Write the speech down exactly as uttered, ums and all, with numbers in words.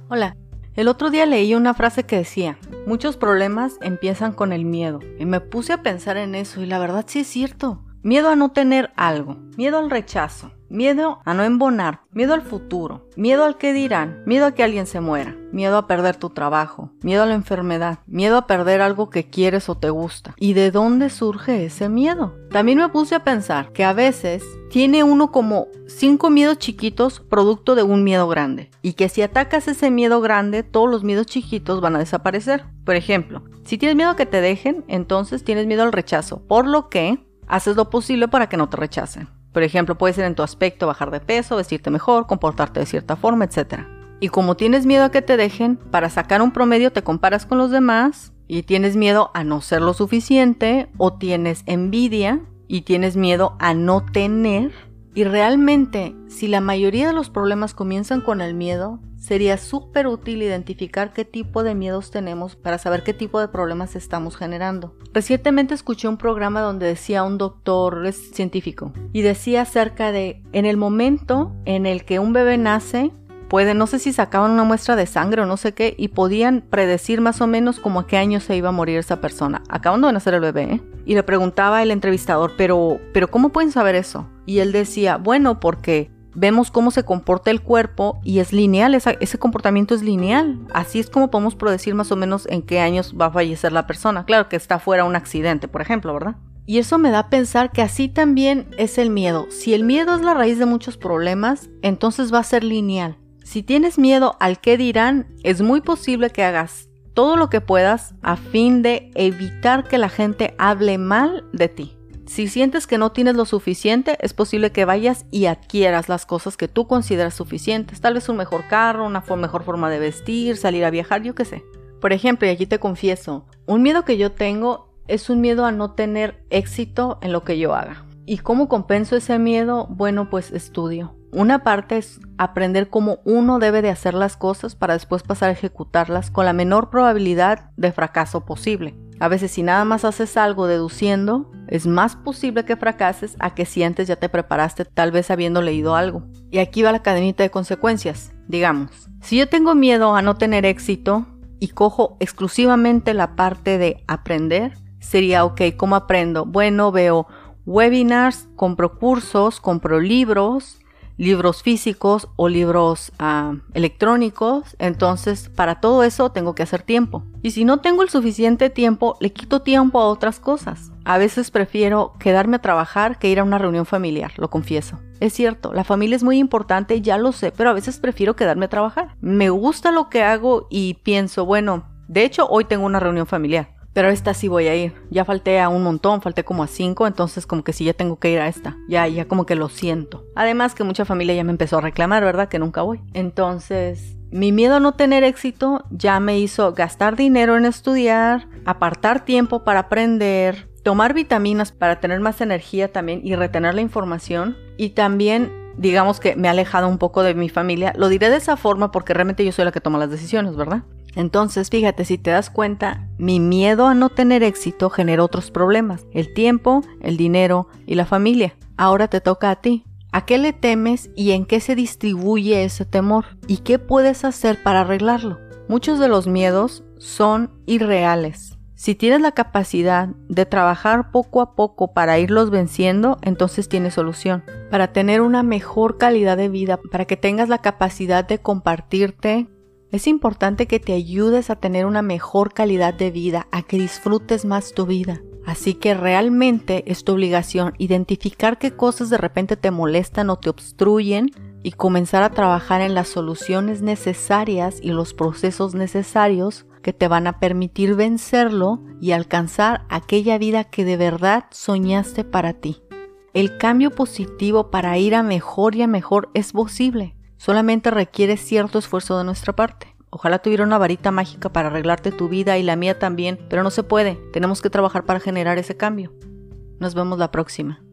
Hola, el otro día leí una frase que decía, muchos problemas empiezan con el miedo. Y me puse a pensar en eso y la verdad sí es cierto. Miedo a no tener algo, miedo al rechazo, miedo a no embonar, miedo al futuro, miedo al que dirán, miedo a que alguien se muera, miedo a perder tu trabajo, miedo a la enfermedad, miedo a perder algo que quieres o te gusta. ¿Y de dónde surge ese miedo? También me puse a pensar que a veces tiene uno como cinco miedos chiquitos producto de un miedo grande y que si atacas ese miedo grande, todos los miedos chiquitos van a desaparecer. Por ejemplo, si tienes miedo a que te dejen, entonces tienes miedo al rechazo, por lo que haces lo posible para que no te rechacen. Por ejemplo, puede ser en tu aspecto bajar de peso, vestirte mejor, comportarte de cierta forma, etcétera. Y como tienes miedo a que te dejen, para sacar un promedio te comparas con los demás y tienes miedo a no ser lo suficiente o tienes envidia y tienes miedo a no tener. Y realmente, si la mayoría de los problemas comienzan con el miedo, sería súper útil identificar qué tipo de miedos tenemos para saber qué tipo de problemas estamos generando. Recientemente escuché un programa donde decía un doctor, es científico, y decía acerca de en el momento en el que un bebé nace, puede, no sé si sacaban una muestra de sangre o no sé qué, y podían predecir más o menos como a qué año se iba a morir esa persona, acabando de nacer el bebé, ¿eh? Y le preguntaba el entrevistador, pero, pero ¿cómo pueden saber eso? Y él decía, bueno, porque vemos cómo se comporta el cuerpo y es lineal, esa, ese comportamiento es lineal. Así es como podemos predecir más o menos en qué años va a fallecer la persona. Claro que está fuera un accidente, por ejemplo, ¿verdad? Y eso me da a pensar que así también es el miedo. Si el miedo es la raíz de muchos problemas, entonces va a ser lineal. Si tienes miedo al qué dirán, es muy posible que hagas todo lo que puedas a fin de evitar que la gente hable mal de ti. Si sientes que no tienes lo suficiente, es posible que vayas y adquieras las cosas que tú consideras suficientes. Tal vez un mejor carro, una mejor forma de vestir, salir a viajar, yo qué sé. Por ejemplo, y aquí te confieso, un miedo que yo tengo es un miedo a no tener éxito en lo que yo haga. ¿Y cómo compenso ese miedo? Bueno, pues estudio. Una parte es aprender cómo uno debe de hacer las cosas para después pasar a ejecutarlas con la menor probabilidad de fracaso posible. A veces si nada más haces algo deduciendo, es más posible que fracases a que si antes ya te preparaste tal vez habiendo leído algo. Y aquí va la cadenita de consecuencias. Digamos, si yo tengo miedo a no tener éxito y cojo exclusivamente la parte de aprender, sería ok, ¿cómo aprendo? Bueno, veo webinars, compro cursos, compro libros, libros físicos o libros uh, electrónicos. Entonces para todo eso tengo que hacer tiempo y si no tengo el suficiente tiempo le quito tiempo a otras cosas. A veces prefiero quedarme a trabajar que ir a una reunión familiar, lo confieso. Es cierto, la familia es muy importante, ya lo sé, pero a veces prefiero quedarme a trabajar. Me gusta lo que hago y pienso, bueno, de hecho hoy tengo una reunión familiar, pero esta sí voy a ir. Ya falté a un montón, falté como a cinco, entonces como que sí ya tengo que ir a esta. Ya, ya como que lo siento. Además que mucha familia ya me empezó a reclamar, ¿verdad? Que nunca voy. Entonces, mi miedo a no tener éxito ya me hizo gastar dinero en estudiar, apartar tiempo para aprender, tomar vitaminas para tener más energía también y retener la información. Y también, digamos que me he alejado un poco de mi familia. Lo diré de esa forma porque realmente yo soy la que toma las decisiones, ¿verdad? Entonces, fíjate, si te das cuenta, mi miedo a no tener éxito genera otros problemas. El tiempo, el dinero y la familia. Ahora te toca a ti. ¿A qué le temes y en qué se distribuye ese temor? ¿Y qué puedes hacer para arreglarlo? Muchos de los miedos son irreales. Si tienes la capacidad de trabajar poco a poco para irlos venciendo, entonces tienes solución. Para tener una mejor calidad de vida, para que tengas la capacidad de compartirte, es importante que te ayudes a tener una mejor calidad de vida, a que disfrutes más tu vida. Así que realmente es tu obligación identificar qué cosas de repente te molestan o te obstruyen y comenzar a trabajar en las soluciones necesarias y los procesos necesarios que te van a permitir vencerlo y alcanzar aquella vida que de verdad soñaste para ti. El cambio positivo para ir a mejor y a mejor es posible. Solamente requiere cierto esfuerzo de nuestra parte. Ojalá tuviera una varita mágica para arreglarte tu vida y la mía también, pero no se puede. Tenemos que trabajar para generar ese cambio. Nos vemos la próxima.